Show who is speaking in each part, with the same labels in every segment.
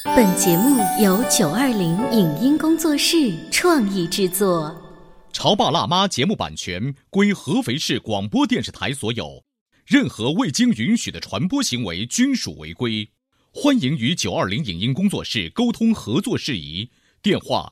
Speaker 1: 本节目由920影音工作室创意制作。
Speaker 2: 潮爸辣妈节目版权归合肥市广播电视台所有，任何未经允许的传播行为均属违规。欢迎与920影音工作室沟通合作事宜，电话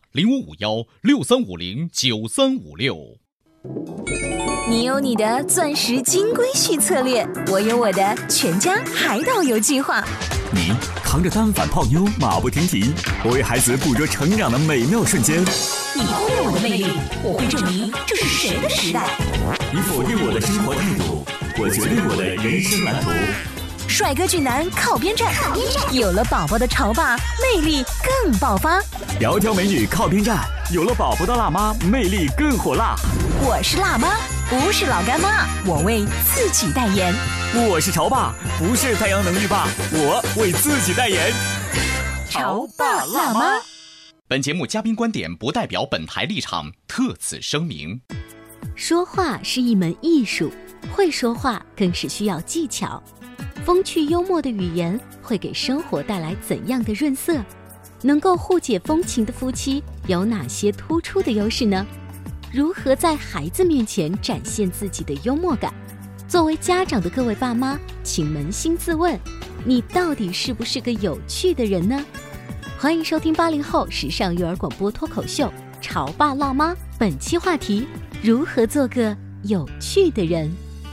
Speaker 2: 055163509356。
Speaker 3: 你有你的钻石金龟婿策略，我有我的全家海岛游计划。
Speaker 4: 你扛着单反泡妞马不停蹄，我为孩子捕捉成长的美妙瞬间。
Speaker 3: 你忽略我的魅力，我会证明这是谁的时代。
Speaker 4: 你否定我的生活态度，我决定我的人生蓝图。
Speaker 3: 帅哥俊男靠边站，有了宝宝的潮爸魅力更爆发。
Speaker 4: 窈窕美女靠边站，有了宝宝的辣妈魅力更火辣。
Speaker 3: 我是辣妈，不是老干妈，我为自己代言。
Speaker 4: 我是潮爸，不是太阳能浴霸，我为自己代言。
Speaker 3: 潮爸辣妈。
Speaker 2: 本节目嘉宾观点不代表本台立场，特此声明。
Speaker 1: 说话是一门艺术，会说话更是需要技巧。风趣幽默的语言会给生活带来怎样的润色？能够互解风情的夫妻有哪些突出的优势呢？如何在孩子面前展现自己的幽默感？作为家长的各位爸妈，请扪心自问，你到底是不是个有趣的人呢？欢迎收听80后时尚育儿广播脱口秀《潮爸辣妈》，本期话题：如何做个有趣的人。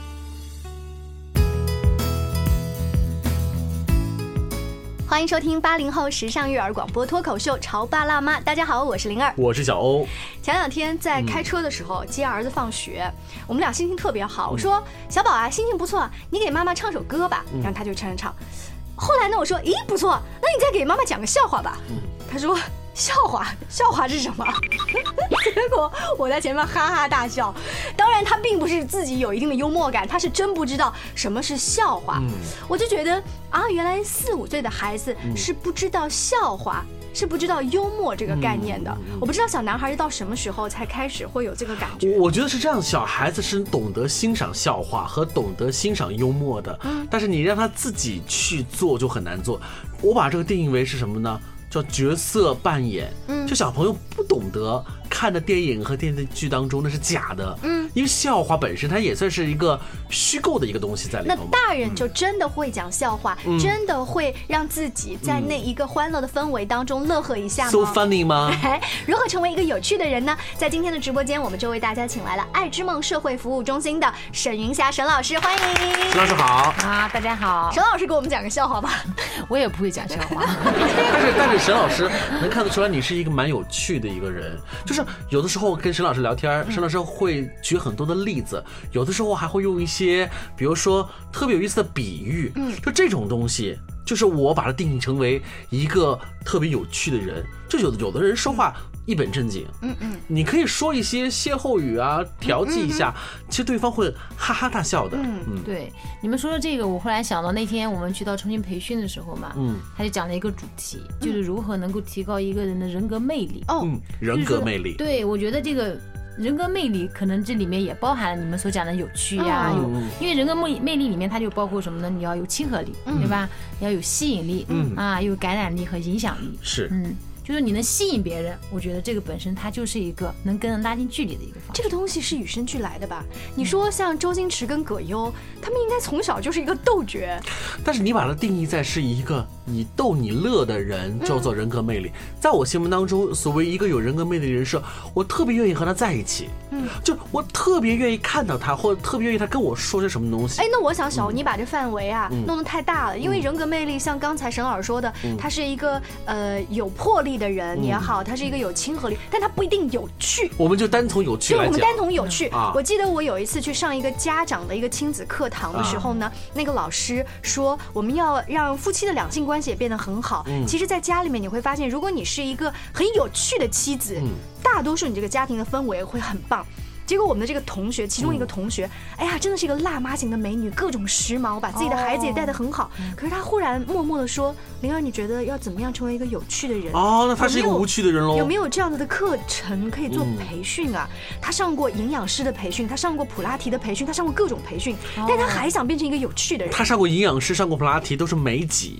Speaker 5: 欢迎收听80后时尚育儿广播脱口秀《潮爸辣妈》。大家好，我是灵儿，
Speaker 6: 我是小欧。
Speaker 5: 前两天在开车的时候接儿子放学，我们俩心情特别好。我说小宝啊，心情不错，你给妈妈唱首歌吧。然后他就唱。后来呢，我说咦不错，那你再给妈妈讲个笑话吧。他说笑话是什么？结果我在前面哈哈大笑。当然他并不是自己有一定的幽默感，他是真不知道什么是笑话。我就觉得啊，原来4、5岁的孩子是不知道笑话，是不知道幽默这个概念的。我不知道小男孩到什么时候才开始会有这个感觉。
Speaker 6: 我觉得是这样，小孩子是懂得欣赏笑话和懂得欣赏幽默的，但是你让他自己去做就很难做。我把这个定义为是什么呢？叫角色扮演。就小朋友不懂得看的电影和电视剧当中那是假的，因为笑话本身它也算是一个虚构的一个东西在里头。
Speaker 5: 那大人就真的会讲笑话，真的会让自己在那一个欢乐的氛围当中乐呵一下吗？
Speaker 6: So funny 吗？
Speaker 5: 如何成为一个有趣的人呢？在今天的直播间，我们就为大家请来了爱之梦社会服务中心的沈云霞沈老师，欢迎。
Speaker 6: 沈老师好
Speaker 7: 啊，大家好。
Speaker 5: 沈老师给我们讲个笑话吧。
Speaker 7: 我也不会讲笑话。
Speaker 6: 但是沈老师能看得出来你是一个蛮有趣的一个人，就是有的时候跟沈老师聊天，沈老师会举很多的例子，有的时候还会用一些比如说特别有意思的比喻，就这种东西就是我把它定义成为一个特别有趣的人。就有的人说话一本正经，你可以说一些歇后语啊，调剂一下，其实对方会哈哈大笑的。
Speaker 7: 对，你们说的这个，我忽然想到那天我们去到重庆培训的时候嘛，他就讲了一个主题，就是如何能够提高一个人的人格魅力。
Speaker 6: 人格魅力。
Speaker 7: 对，我觉得这个人格魅力可能这里面也包含了你们所讲的有趣呀，因为人格魅力里面它就包括什么呢？你要有亲和力，对吧？你要有吸引力，有感染力和影响力。
Speaker 6: 是，
Speaker 7: 就是你能吸引别人，我觉得这个本身它就是一个能跟人拉近距离的一个方式。
Speaker 5: 这个东西是与生俱来的吧？你说像周星驰跟葛优，他们应该从小就是一个斗角。
Speaker 6: 但是你把它定义在是一个你逗你乐的人，叫做人格魅力。在我心目当中，所谓一个有人格魅力的人，是我特别愿意和他在一起，就我特别愿意看到他，或者特别愿意他跟我说些什么东西。
Speaker 5: 那我想小欧，你把这范围啊弄得太大了，因为人格魅力像刚才沈老师说的，他是一个有魄力的人也好，他是一个有亲和力，但他不一定有趣。
Speaker 6: 我们就单从有趣来讲。
Speaker 5: 对，我们单从有趣。我记得我有一次去上一个家长的一个亲子课堂的时候呢，那个老师说我们要让夫妻的两性关系也变得很好。其实在家里面你会发现，如果你是一个很有趣的妻子，大多数你这个家庭的氛围会很棒。结果我们的这个同学，其中一个同学，哎呀，真的是一个辣妈型的美女，各种时髦，把自己的孩子也带得很好。可是她忽然默默地说：“灵儿，你觉得要怎么样成为一个有趣的人？”
Speaker 6: 那她是一个无趣的人喽。
Speaker 5: 有没有这样子的课程可以做培训啊？她上过营养师的培训，她上过普拉提的培训，她上过各种培训，但她还想变成一个有趣的人。
Speaker 6: 她上过营养师，上过普拉提，都是美己，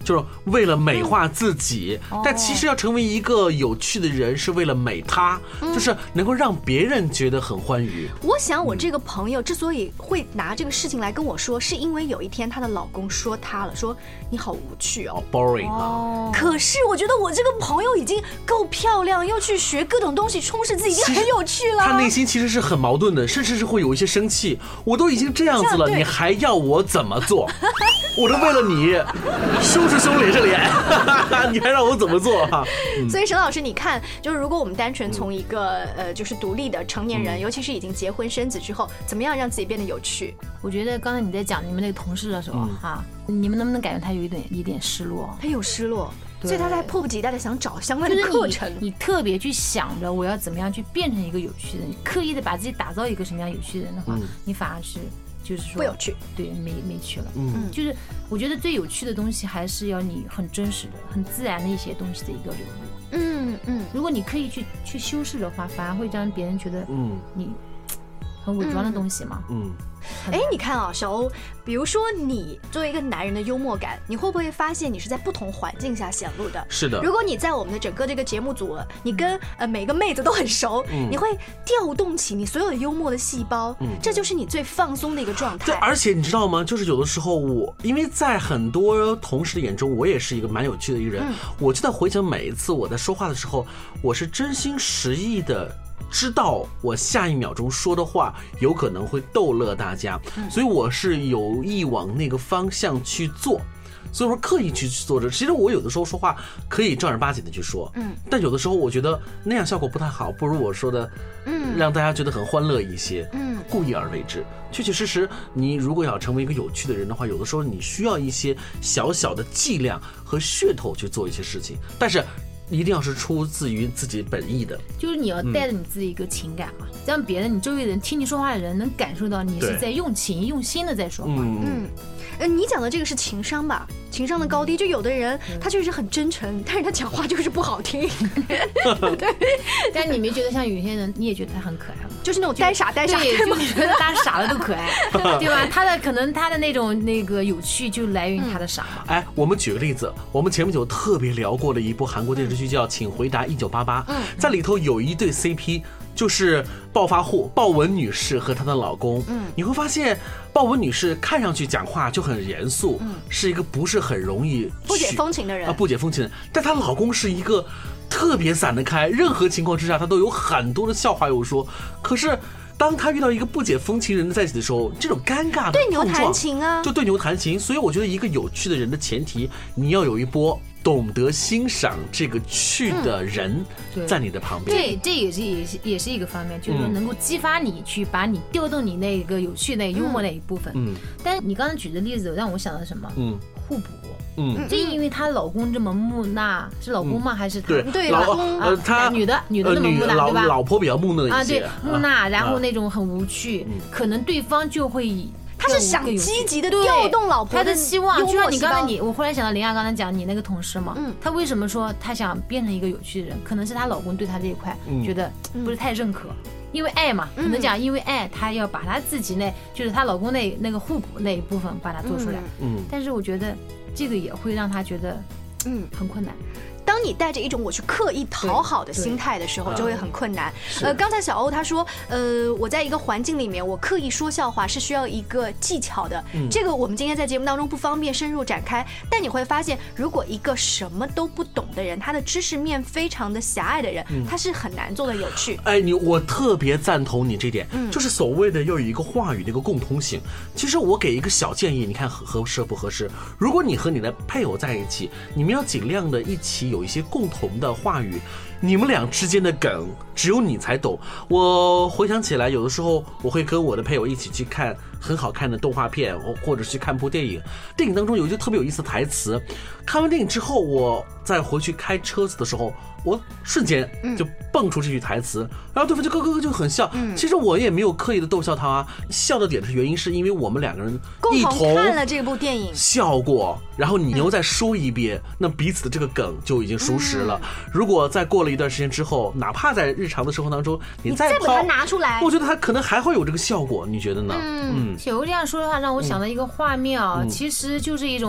Speaker 6: 就是为了美化自己，但其实要成为一个有趣的人是为了美他，就是能够让别人觉得很欢愉。
Speaker 5: 我想我这个朋友之所以会拿这个事情来跟我说，是因为有一天她的老公说她了，说你好无趣哦
Speaker 6: ，boring 啊。
Speaker 5: 可是我觉得我这个朋友已经够漂亮，又去学各种东西充实自己，已经很有趣了。
Speaker 6: 他内心其实是很矛盾的，甚至是会有一些生气。我都已经这样子了，你还要我怎么做？我都为了你羞是羞，脸是脸，你还让我怎么做哈？
Speaker 5: 所以沈老师，你看，就是如果我们单纯从一个就是独立的成年人，尤其是已经结婚生子之后，怎么样让自己变得有趣？
Speaker 7: 我觉得刚才你在讲你们那个同事的时候哈，你们能不能感觉他有一点失落？
Speaker 5: 他有失落。所以他在迫不及待的想找相关的课程。
Speaker 7: 你特别去想着我要怎么样去变成一个有趣的人，刻意的把自己打造一个什么样有趣的人的话，你反而是就是说
Speaker 5: 不有趣，
Speaker 7: 对，没趣了。就是我觉得最有趣的东西还是要你很真实的、很自然的一些东西的一个流露。如果你刻意去修饰的话，反而会让别人觉得你很伪装的东西嘛。
Speaker 5: 你看啊，小欧，比如说你作为一个男人的幽默感，你会不会发现你是在不同环境下显露的？
Speaker 6: 是的。
Speaker 5: 如果你在我们的整个这个节目组，你跟每个妹子都很熟，你会调动起你所有的幽默的细胞，这就是你最放松的一个状态。
Speaker 6: 对，而且你知道吗？就是有的时候因为在很多同事的眼中，我也是一个蛮有趣的一个人。我就在回想每一次我在说话的时候，我是真心实意的。知道我下一秒钟说的话有可能会逗乐大家，所以我是有意往那个方向去做，所以说刻意去做这。其实我有的时候说话可以正儿八经的去说，但有的时候我觉得那样效果不太好，不如我说的，让大家觉得很欢乐一些，故意而为之。确确实实，你如果要成为一个有趣的人的话，有的时候你需要一些小小的伎俩和噱头去做一些事情，但是一定要是出自于自己本意的，
Speaker 7: 就是你要带着你自己一个情感嘛，让别人你周围人听你说话的人能感受到你是在用情用心的在说话。
Speaker 5: 你讲的这个是情商吧？情商的高低，就有的人他确实很真诚，但是他讲话就是不好听。对，
Speaker 7: 但你没觉得像有些人，你也觉得他很可爱吗？
Speaker 5: 就是那种呆傻，
Speaker 7: 对，就觉得他傻了都可爱，对吧？可能他的那个有趣就来源于他的傻嘛。
Speaker 6: 我们举个例子，我们前不久特别聊过的一部韩国电视剧叫《请回答1988》，在里头有一对 CP。就是暴发户鲍文女士和她的老公，你会发现鲍文女士看上去讲话就很严肃，是一个不是很容易
Speaker 5: 不解风情的人
Speaker 6: 不解风情的人，但她老公是一个特别散得开，任何情况之下她都有很多的笑话有说，可是当他遇到一个不解风情人在一起的时候，这种尴尬的
Speaker 5: 对牛弹琴啊，
Speaker 6: 就对牛弹琴。所以我觉得一个有趣的人的前提，你要有一波懂得欣赏这个趣的人在你的旁边。
Speaker 7: 这也是一个方面，就是说能够激发你去把你调动你那个有趣那幽默那一部分。但是你刚才举的例子让我想到什么？互补。这因为她老公这么木讷，是老公吗？还是她？
Speaker 5: 对，老公
Speaker 7: 她女的这么木讷，对吧？
Speaker 6: 老婆比较木讷一些
Speaker 7: 对，木讷，然后那种很无趣，可能对方就会。
Speaker 5: 他是想积极的调动老婆
Speaker 7: 的希望，就像你刚才我忽然想到林亚刚才讲你那个同事嘛，他为什么说他想变成一个有趣的人？可能是她老公对她这一块觉得不是太认可，因为爱嘛，可能讲因为爱，她要把她自己就是她老公那个互补那一部分把它做出来。但是我觉得这个也会让她觉得很困难。
Speaker 5: 当你带着一种我去刻意讨好的心态的时候，就会很困难。刚才小欧他说，我在一个环境里面，我刻意说笑话是需要一个技巧的。这个我们今天在节目当中不方便深入展开，但你会发现，如果一个什么都不懂的人，他的知识面非常的狭隘的人，他是很难做的有趣。
Speaker 6: 我特别赞同你这点，就是所谓的要有一个话语的一个共通性。其实我给一个小建议，你看合适不合适？如果你和你的配偶在一起，你们要尽量的一起有一些共同的话语，你们俩之间的梗只有你才懂。我回想起来，有的时候我会跟我的配偶一起去看很好看的动画片，或者去看部电影。电影当中有一句特别有意思的台词，看完电影之后，我再回去开车子的时候，我瞬间就蹦出这句台词，然后对方就咯就很笑。其实我也没有刻意的逗笑他啊，笑的点的原因是因为我们两个人一同
Speaker 5: 看了这部电影，
Speaker 6: 笑过，然后你又再说一遍，那彼此的这个梗就已经熟识了。如果再过了一段时间之后，哪怕在日常的生活当中，你再
Speaker 5: 把它拿出来，
Speaker 6: 我觉得它可能还会有这个效果，你觉得呢？
Speaker 7: 小欧这样说的话，让我想到一个画面啊，其实就是一种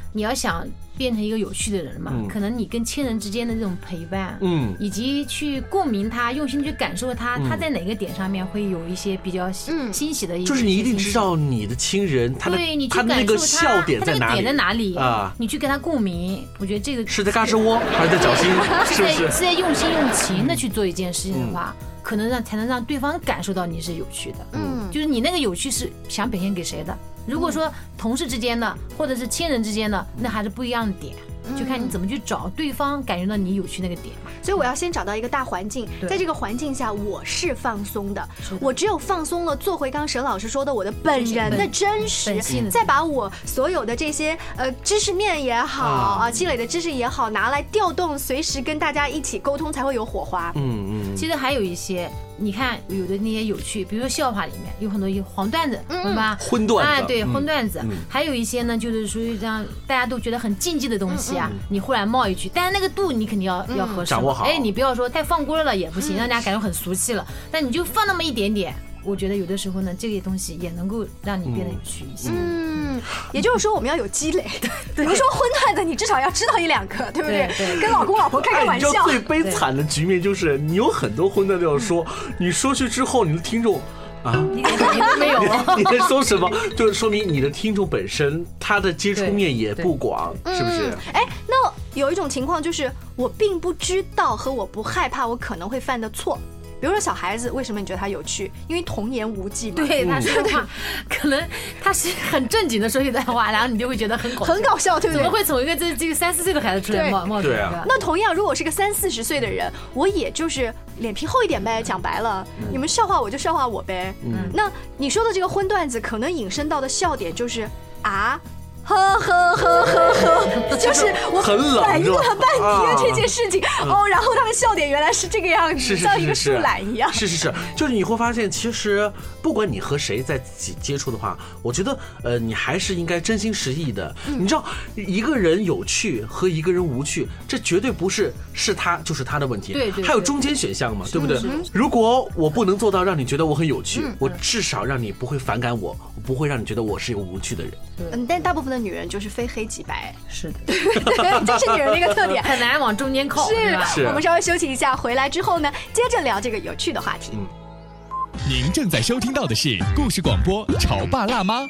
Speaker 7: 你要想变成一个有趣的人嘛，可能你跟亲人之间的这种陪伴，以及去共鸣他，用心去感受他，他在哪个点上面会有一些比较欣喜的一些，
Speaker 6: 就是你一定知道你的亲人他的那个笑点在哪里
Speaker 7: 啊，你去跟他共鸣，我觉得这个
Speaker 6: 是在嘎吱窝还是在脚心，是不是？
Speaker 7: 是在用心用情的去做一件事情的话，可能才能让对方感受到你是有趣的。就是你那个有趣是想表现给谁的？如果说同事之间的，或者是亲人之间的，那还是不一样的点。就看你怎么去找对方感觉到你有趣那个点嘛。
Speaker 5: 所以我要先找到一个大环境，在这个环境下我是放松的，我只有放松了，做回刚沈老师说的我的本人的真实，再把我所有的这些知识面也好啊，积累的知识也好，拿来调动，随时跟大家一起沟通，才会有火花。
Speaker 7: 其实还有一些，你看有的那些有趣，比如说笑话里面有很多黄段子，对吧？
Speaker 6: 荤段子，
Speaker 7: 对，荤段子。还有一些呢，就是属于这样大家都觉得很禁忌的东西啊，你忽然冒一句，但是那个度你肯定要合适，
Speaker 6: 掌握好。
Speaker 7: 你不要说太放锅了也不行，让大家感觉很俗气了。但你就放那么一点点，我觉得有的时候呢，这些东西也能够让你变得有趣一些。
Speaker 5: 也就是说我们要有积累。比如说荤段子，你至少要知道1-2个，对不对？跟老公老婆开玩笑。
Speaker 6: 你知道最悲惨的局面就是你有很多荤段子要说，你说去之后，你的听众。
Speaker 7: 你都没有了，
Speaker 6: 你在说什么？就是说明你的听众本身他的接触面也不广，是不是？
Speaker 5: 那有一种情况就是我并不知道和我不害怕我可能会犯的错。比如说小孩子，为什么你觉得他有趣？因为童言无忌嘛。
Speaker 7: 对，他说的话，可能他是很正经的说一段话，然后你就会觉得很搞
Speaker 5: 笑，对不对？
Speaker 7: 怎么会从一个这个3-4岁的孩子出来冒出来？
Speaker 5: 那同样，如果是个30-40岁的人，我也就是脸皮厚一点呗。讲白了，你们笑话我就笑话我呗。那你说的这个荤段子，可能引申到的笑点就是啊。就是我反应了半天这件事情然后他的笑点原来是这个样子，像一个树懒一样。
Speaker 6: 是，就是你会发现，其实不管你和谁在接触的话，我觉得你还是应该真心实意的。你知道，一个人有趣和一个人无趣，这绝对不是他就是他的问题，
Speaker 7: 对，
Speaker 6: 还有中间选项嘛，对不对？如果我不能做到让你觉得我很有趣，我至少让你不会反感我不会让你觉得我是一个无趣的人。
Speaker 5: 但大部分的女人就是非黑即白。
Speaker 7: 是的，
Speaker 5: 这是女人的一个特点，
Speaker 7: 很难往中间靠。
Speaker 5: 是，我们稍微休息一下，回来之后呢，接着聊这个有趣的话题。
Speaker 2: 您正在收听到的是故事广播《潮爸辣妈》。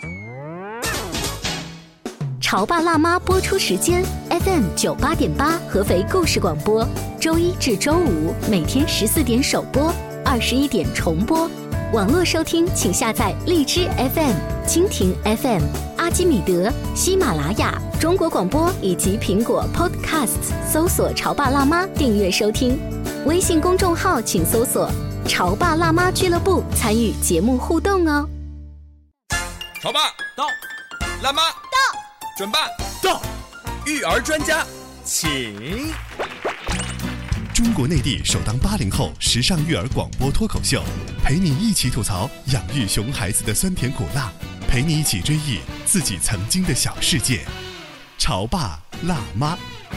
Speaker 1: 潮爸辣妈播出时间 FM 98.8合肥故事广播，周1至周5每天14点首播，21点重播。网络收听请下载荔枝 FM、蜻蜓 FM、阿基米德、喜马拉雅、中国广播以及苹果 Podcasts 搜索潮爸辣妈订阅收听。微信公众号请搜索潮爸辣妈俱乐部，参与节目互动哦。
Speaker 8: 潮爸到，辣妈到，准爸到，育儿专家请。
Speaker 9: 中国内地首档80后时尚育儿广播脱口秀，陪你一起吐槽养育熊孩子的酸甜苦辣，陪你一起追忆自己曾经的小世界。潮爸辣妈。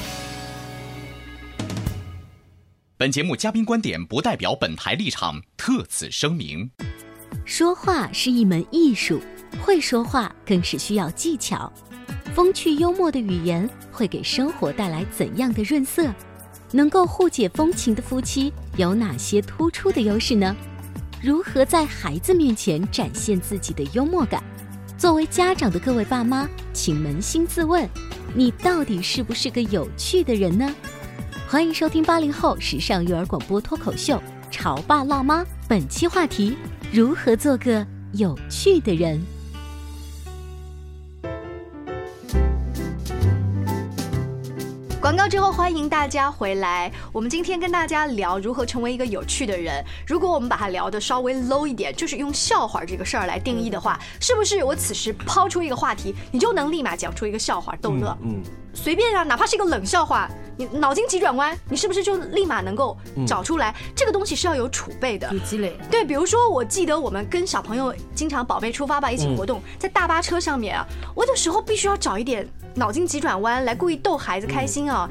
Speaker 2: 本节目嘉宾观点不代表本台立场，特此声明。
Speaker 1: 说话是一门艺术，会说话更是需要技巧。风趣幽默的语言会给生活带来怎样的润色？能够互解风情的夫妻有哪些突出的优势呢？如何在孩子面前展现自己的幽默感？作为家长的各位爸妈，请扪心自问，你到底是不是个有趣的人呢？欢迎收听80后时尚育儿广播脱口秀《潮爸辣妈》，本期话题：如何做个有趣的人。
Speaker 5: 广告之后，欢迎大家回来。我们今天跟大家聊如何成为一个有趣的人。如果我们把它聊得稍微 low 一点，就是用笑话这个事儿来定义的话，是不是我此时抛出一个话题，你就能立马讲出一个笑话逗乐？随便啊，哪怕是一个冷笑话，你脑筋急转弯，你是不是就立马能够找出来？这个东西是要有储备的，
Speaker 7: 有积累。
Speaker 5: 对，比如说我记得我们跟小朋友经常宝贝出发吧一起活动，在大巴车上面啊，我有时候必须要找一点脑筋急转弯来故意逗孩子开心啊。比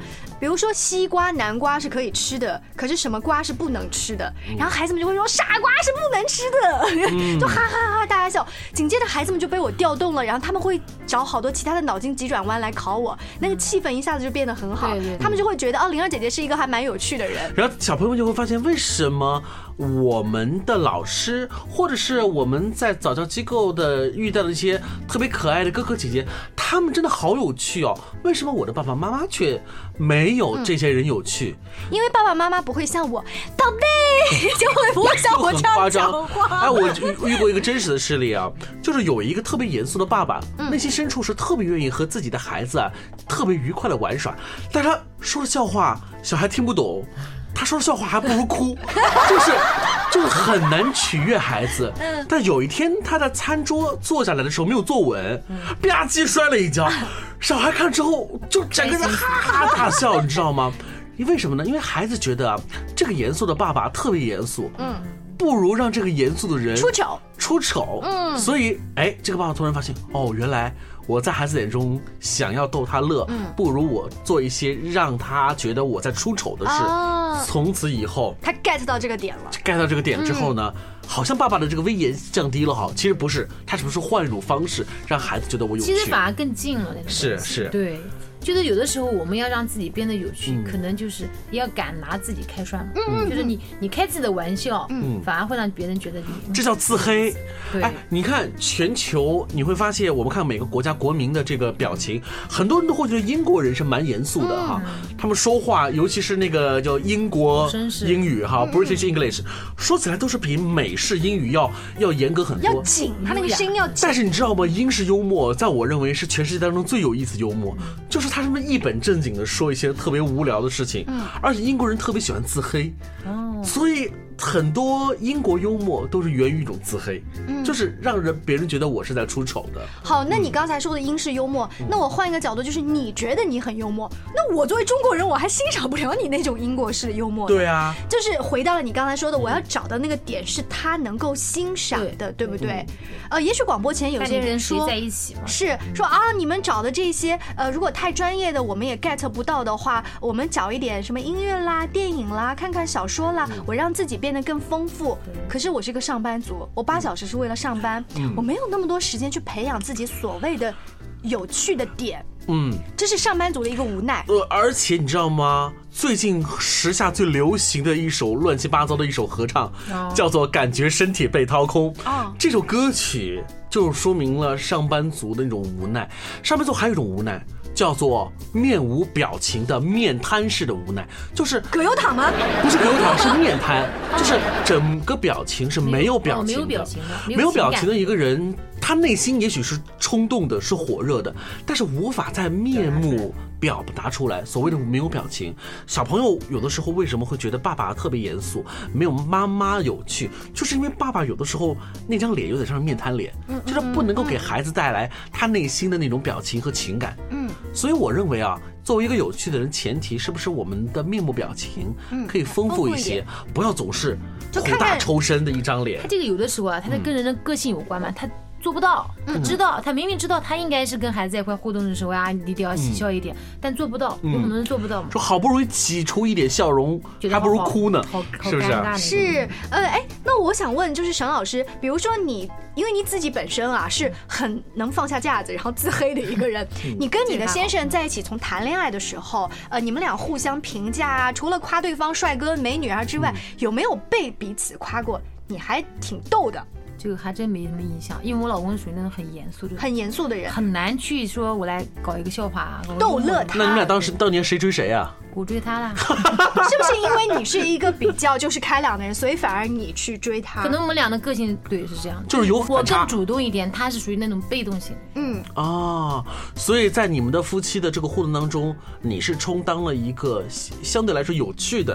Speaker 5: 比如说西瓜、南瓜是可以吃的，可是什么瓜是不能吃的，然后孩子们就会说傻瓜是不能吃的，就哈哈哈大家笑。紧接着孩子们就被我调动了，然后他们会找好多其他的脑筋急转弯来考我，那个气氛一下子就变得很好，他们就会觉得灵儿姐姐是一个还蛮有趣的人。
Speaker 6: 然后小朋友们就会发现，为什么我们的老师或者是我们在早教机构的遇到的一些特别可爱的哥哥姐姐，他们真的好有趣哦，为什么我的爸爸妈妈却没有这些人有趣？
Speaker 5: 因为爸爸妈妈不会像我宝贝，就会不会像我这样讲话。
Speaker 6: 哎，我遇过一个真实的事例啊，就是有一个特别严肃的爸爸，内心深处是特别愿意和自己的孩子特别愉快的玩耍，但他说的笑话小孩听不懂，他说的笑话还不如哭，就是很难取悦孩子。但有一天他在餐桌坐下来的时候没有坐稳，吧唧摔了一跤，小孩看之后就整个人哈哈大笑，你知道吗？为什么呢？因为孩子觉得这个严肃的爸爸特别严肃，不如让这个严肃的人出丑，所以这个爸爸突然发现，原来我在孩子眼中想要逗他乐，不如我做一些让他觉得我在出丑的事。从此以后，
Speaker 5: 他 get 到这个点了。
Speaker 6: get 到这个点之后呢，好像爸爸的这个威严降低了哈，其实不是，他是不是换一种方式让孩子觉得我有趣？
Speaker 7: 其实反而更近了那个。
Speaker 6: 是，
Speaker 7: 对。就是有的时候我们要让自己变得有趣，可能就是要敢拿自己开涮，就是你开自己的玩笑，反而会让别人觉得你
Speaker 6: 这叫自黑。你看全球你会发现，我们看每个国家国民的这个表情，很多人都会觉得英国人是蛮严肃的哈，他们说话，尤其是那个叫英国英语哈 ，British English， 说起来都是比美式英语要严格很多，
Speaker 5: 要紧，他那个声音要紧。
Speaker 6: 但是你知道吗？英式幽默在我认为是全世界当中最有意思幽默，就是他们一本正经的说一些特别无聊的事情，而且英国人特别喜欢自黑，所以很多英国幽默都是源于一种自黑，就是让别人觉得我是在出丑的。
Speaker 5: 好，那你刚才说的英式幽默，那我换一个角度，就是你觉得你很幽默，那我作为中国人，我还欣赏不了你那种英国式的幽默。
Speaker 6: 对啊，
Speaker 5: 就是回到了你刚才说的，我要找的那个点是他能够欣赏的，对不对？也许广播前有些人说
Speaker 7: 在一起嘛，
Speaker 5: 是说你们找的这些如果太专业的我们也 get 不到的话，我们找一点什么音乐啦、电影啦、看看小说啦，我让自己变得更丰富。可是我是个上班族，我8小时是为了上班，我没有那么多时间去培养自己所谓的有趣的点。这是上班族的一个无奈。
Speaker 6: 而且你知道吗？最近时下最流行的一首乱七八糟的一首合唱，叫做《感觉身体被掏空》。这首歌曲就说明了上班族的那种无奈。上班族还有一种无奈，叫做面无表情的面瘫式的无奈，就是
Speaker 5: 葛优躺吗？
Speaker 6: 不是葛优躺，是面瘫，就是整个表情是没有表情的，没有表情的一个人，他内心也许是冲动的，是火热的，但是无法在面目表达出来。所谓的没有表情，小朋友有的时候为什么会觉得爸爸特别严肃，没有妈妈有趣，就是因为爸爸有的时候那张脸有点像面瘫脸，就是不能够给孩子带来他内心的那种表情和情感。所以我认为作为一个有趣的人，前提是不是我们的面部表情可以丰富一些，不要总是虎大抽身的一张脸。
Speaker 7: 他这个有的时候他跟人的个性有关嘛，他做不到，他知道，他明明知道他应该是跟孩子在一块互动的时候你一定要喜笑一点，但做不到，有很多人做不到嘛。
Speaker 6: 说好不容易挤出一点笑容，还不如哭呢，是不是？
Speaker 5: 是，那我想问，就是沈老师，比如说你，因为你自己本身是很能放下架子，然后自黑的一个人，你跟你的先生在一起，从谈恋爱的时候，你们俩互相评价除了夸对方帅哥美女之外，有没有被彼此夸过？你还挺逗的。
Speaker 7: 这个还真没什么印象，因为我老公属于那种很严肃的人，很难去说我来搞一个笑话
Speaker 5: 逗乐他。
Speaker 6: 那你们俩当年谁追谁啊？
Speaker 7: 我追他啦。
Speaker 5: 是不是因为你是一个比较就是开朗的人，所以反而你去追他？
Speaker 7: 可能我们俩的个性对是这样的，
Speaker 6: 就是有
Speaker 7: 我更主动一点，他是属于那种被动型。
Speaker 6: 所以在你们的夫妻的这个互动当中，你是充当了一个相对来说有趣的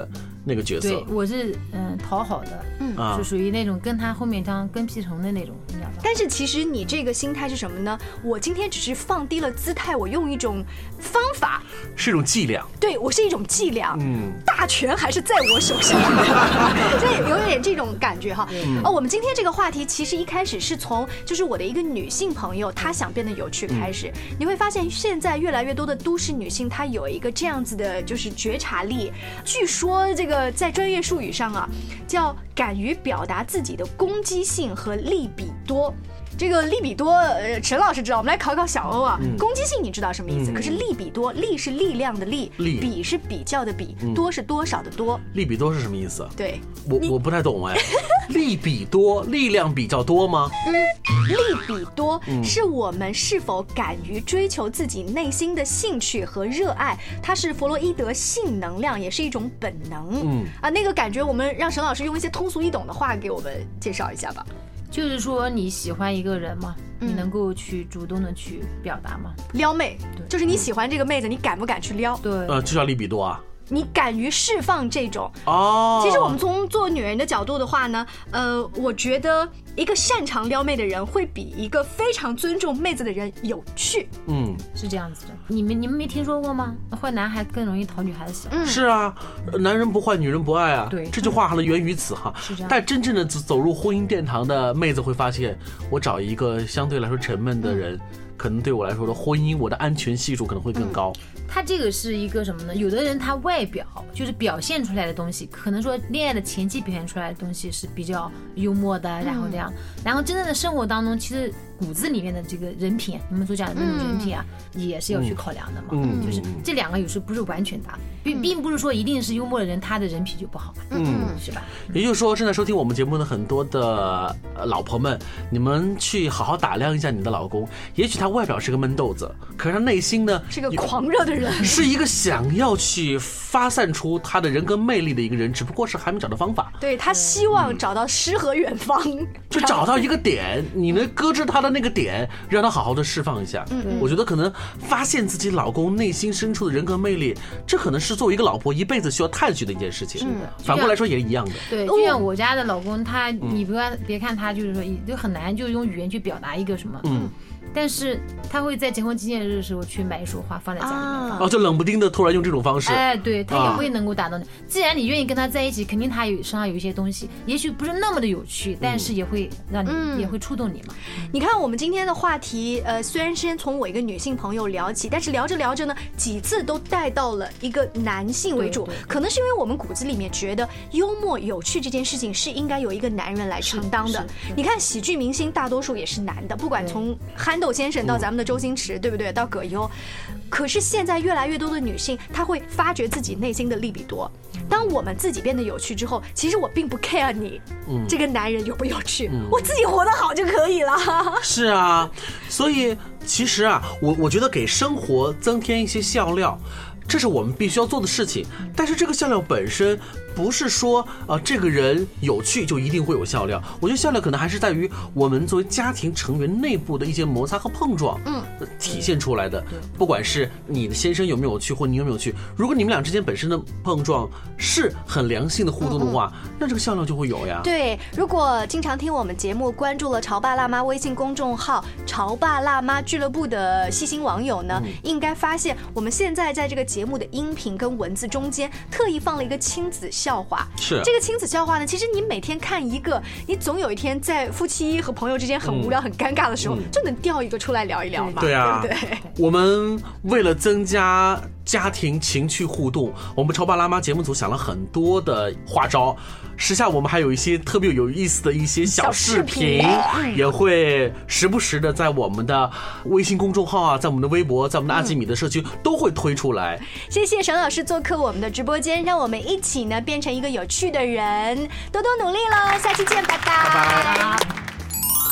Speaker 6: 那个角色。
Speaker 7: 对，我是讨好的，就属于那种跟他后面当跟屁虫的那种，你知道吗？
Speaker 5: 但是其实你这个心态是什么呢？我今天只是放低了姿态，我用一种方法，
Speaker 6: 是一种伎俩。
Speaker 5: 对，我是一种伎俩，大权还是在我手上，所以有点这种感觉哈。我们今天这个话题其实一开始是从就是我的一个女性朋友，她想变得有趣开始。你会发现现在越来越多的都市女性，她有一个这样子的就是觉察力。据说这个在专业术语上啊，叫敢于表达自己的攻击性和利比多。这个利比多，陈老师知道，我们来考考小欧啊。攻击性你知道什么意思？可是利比多，利是力量的利，比是比较的比，多是多少的多。
Speaker 6: 利比多是什么意思？
Speaker 5: 对，
Speaker 6: 我不太懂哎。利比多，力量比较多吗？
Speaker 5: 利比多是我们是否敢于追求自己内心的兴趣和热爱，它是弗洛伊德性能量，也是一种本能。那个感觉，我们让沈老师用一些通俗易懂的话给我们介绍一下吧。
Speaker 7: 就是说你喜欢一个人嘛，你能够去主动的去表达吗？
Speaker 5: 撩妹，就是你喜欢这个妹子，你敢不敢去撩？
Speaker 7: 对，
Speaker 6: 就叫利比多啊。
Speaker 5: 你敢于释放这种其实我们从做女人的角度的话呢，我觉得一个擅长撩妹的人会比一个非常尊重妹子的人有趣。
Speaker 7: 是这样子的。你们没听说过吗？坏男孩更容易讨女孩的喜欢。
Speaker 6: 是啊，男人不坏，女人不爱啊。
Speaker 7: 对，
Speaker 6: 这句话还源于此哈。
Speaker 7: 是这样。
Speaker 6: 但真正的走入婚姻殿堂的妹子会发现，我找一个相对来说沉闷的人。可能对我来说的婚姻，我的安全系数可能会更高。
Speaker 7: 他这个是一个什么呢？有的人他外表就是表现出来的东西，可能说恋爱的前期表现出来的东西是比较幽默的，然后这样，然后真正的生活当中，其实骨子里面的这个人品，你们所讲的那种人品啊，也是要去考量的嘛。就是这两个有时不是完全搭，并不是说一定是幽默的人他的人品就不好，是吧？
Speaker 6: 也就是说，正在收听我们节目的很多的老婆们，你们去好好打量一下你的老公，也许他外表是个闷豆子，可是他内心呢
Speaker 5: 是个狂热的人，
Speaker 6: 是一个想要去发散出他的人格魅力的一个人，只不过是还没找到方法。
Speaker 5: 对，他希望找到诗和远方，
Speaker 6: 就找到一个点，你能搁置他的那个点，让他好好的释放一下。我觉得可能发现自己老公内心深处的人格魅力，这可能是作为一个老婆一辈子需要探寻的一件事情。反过来说也一样的。
Speaker 7: 对，就像我家的老公，他你别看他就是说就很难就用语言去表达一个什么。但是他会在结婚纪念日的时候去买一束花放在家里面放，
Speaker 6: 就冷不丁的突然用这种方式，
Speaker 7: 对，他也会能够打动你。既然你愿意跟他在一起，肯定他身上有一些东西，也许不是那么的有趣，但是也会让你，也会触动你嘛。
Speaker 5: 你看我们今天的话题，虽然先从我一个女性朋友聊起，但是聊着聊着呢，几次都带到了一个男性为主，可能是因为我们骨子里面觉得幽默有趣这件事情是应该有一个男人来承担的。你看喜剧明星大多数也是男的，不管从憨豆先生到咱们的周星驰，对不对？到葛优，可是现在越来越多的女性，她会发掘自己内心的利比多。当我们自己变得有趣之后，其实我并不 care 你这个男人有不有趣，我自己活得好就可以了。
Speaker 6: 是啊，所以其实啊，我觉得给生活增添一些笑料，这是我们必须要做的事情。但是这个笑料本身不是说这个人有趣就一定会有笑料。我觉得笑料可能还是在于我们作为家庭成员内部的一些摩擦和碰撞，体现出来的。不管是你的先生有没有趣，或你有没有趣，如果你们俩之间本身的碰撞是很良性的互动的话，那这个笑料就会有呀。
Speaker 5: 对，如果经常听我们节目，关注了潮爸辣妈微信公众号潮爸辣妈俱乐部的细心网友呢，应该发现我们现在在这个节目的音频跟文字中间特意放了一个亲子笑话。
Speaker 6: 是
Speaker 5: 这个亲子笑话呢，其实你每天看一个，你总有一天在夫妻和朋友之间很无聊很尴尬的时候，就能调一个出来聊一聊嘛。
Speaker 6: 对啊，
Speaker 5: 对不对？
Speaker 6: 我们为了增加家庭情趣互动，我们潮爸辣妈节目组想了很多的花招。时下我们还有一些特别有意思的一些小视频，也会时不时的在我们的微信公众号啊，在我们的微博，在我们的阿基米的社区都会推出来。
Speaker 5: 谢谢沈老师做客我们的直播间，让我们一起呢变成一个有趣的人，多多努力喽！下期见，拜拜。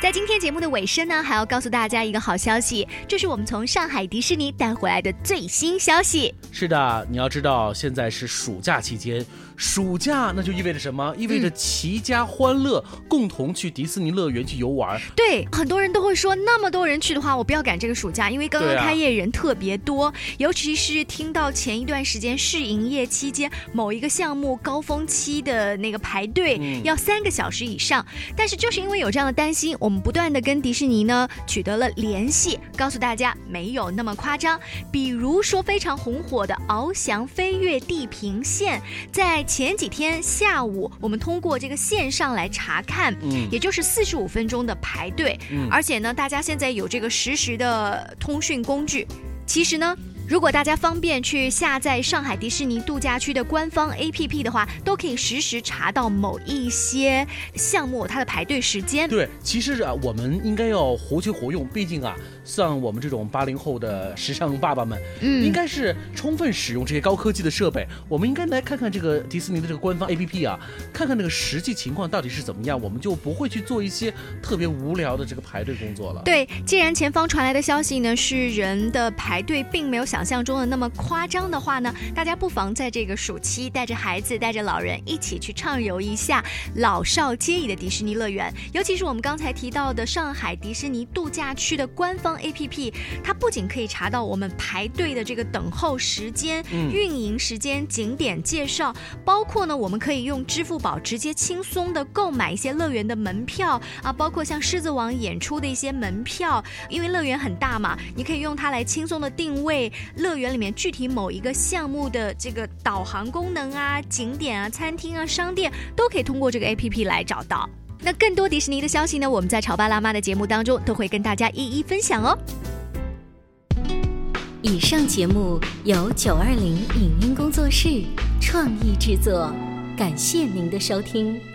Speaker 5: 在今天节目的尾声呢，还要告诉大家一个好消息，这是我们从上海迪士尼带回来的最新消息。
Speaker 6: 是的，你要知道现在是暑假期间，暑假那就意味着什么？意味着齐家欢乐，共同去迪士尼乐园去游玩。
Speaker 5: 对，很多人都会说，那么多人去的话，我不要赶这个暑假，因为刚刚开业人特别多，尤其是听到前一段时间试营业期间某一个项目高峰期的那个排队要3个小时以上。但是就是因为有这样的担心，我们不断的跟迪士尼呢取得了联系，告诉大家没有那么夸张。比如说非常红火的翱翔飞越地平线，在前几天下午我们通过这个线上来查看，也就是45分钟的排队，而且呢大家现在有这个实时的通讯工具。其实呢，如果大家方便去下载上海迪士尼度假区的官方 APP 的话，都可以实时查到某一些项目它的排队时间。
Speaker 6: 对，其实我们应该要活学活用，毕竟像我们这种80后的时尚爸爸们，应该是充分使用这些高科技的设备。我们应该来看看这个迪士尼的这个官方 APP 看看那个实际情况到底是怎么样，我们就不会去做一些特别无聊的这个排队工作了。
Speaker 5: 对，既然前方传来的消息呢是人的排队并没有想象中的那么夸张的话呢，大家不妨在这个暑期带着孩子带着老人一起去畅游一下老少皆宜的迪士尼乐园。尤其是我们刚才提到的上海迪士尼度假区的官方APP， 它不仅可以查到我们排队的这个等候时间、运营时间、景点介绍，包括呢我们可以用支付宝直接轻松的购买一些乐园的门票包括像狮子王演出的一些门票，因为乐园很大嘛，你可以用它来轻松的定位乐园里面具体某一个项目的这个导航功能景点餐厅商店，都可以通过这个 APP 来找到。那更多迪士尼的消息呢，我们在潮爸辣妈的节目当中都会跟大家一一分享哦。
Speaker 1: 以上节目由920影音工作室创意制作，感谢您的收听。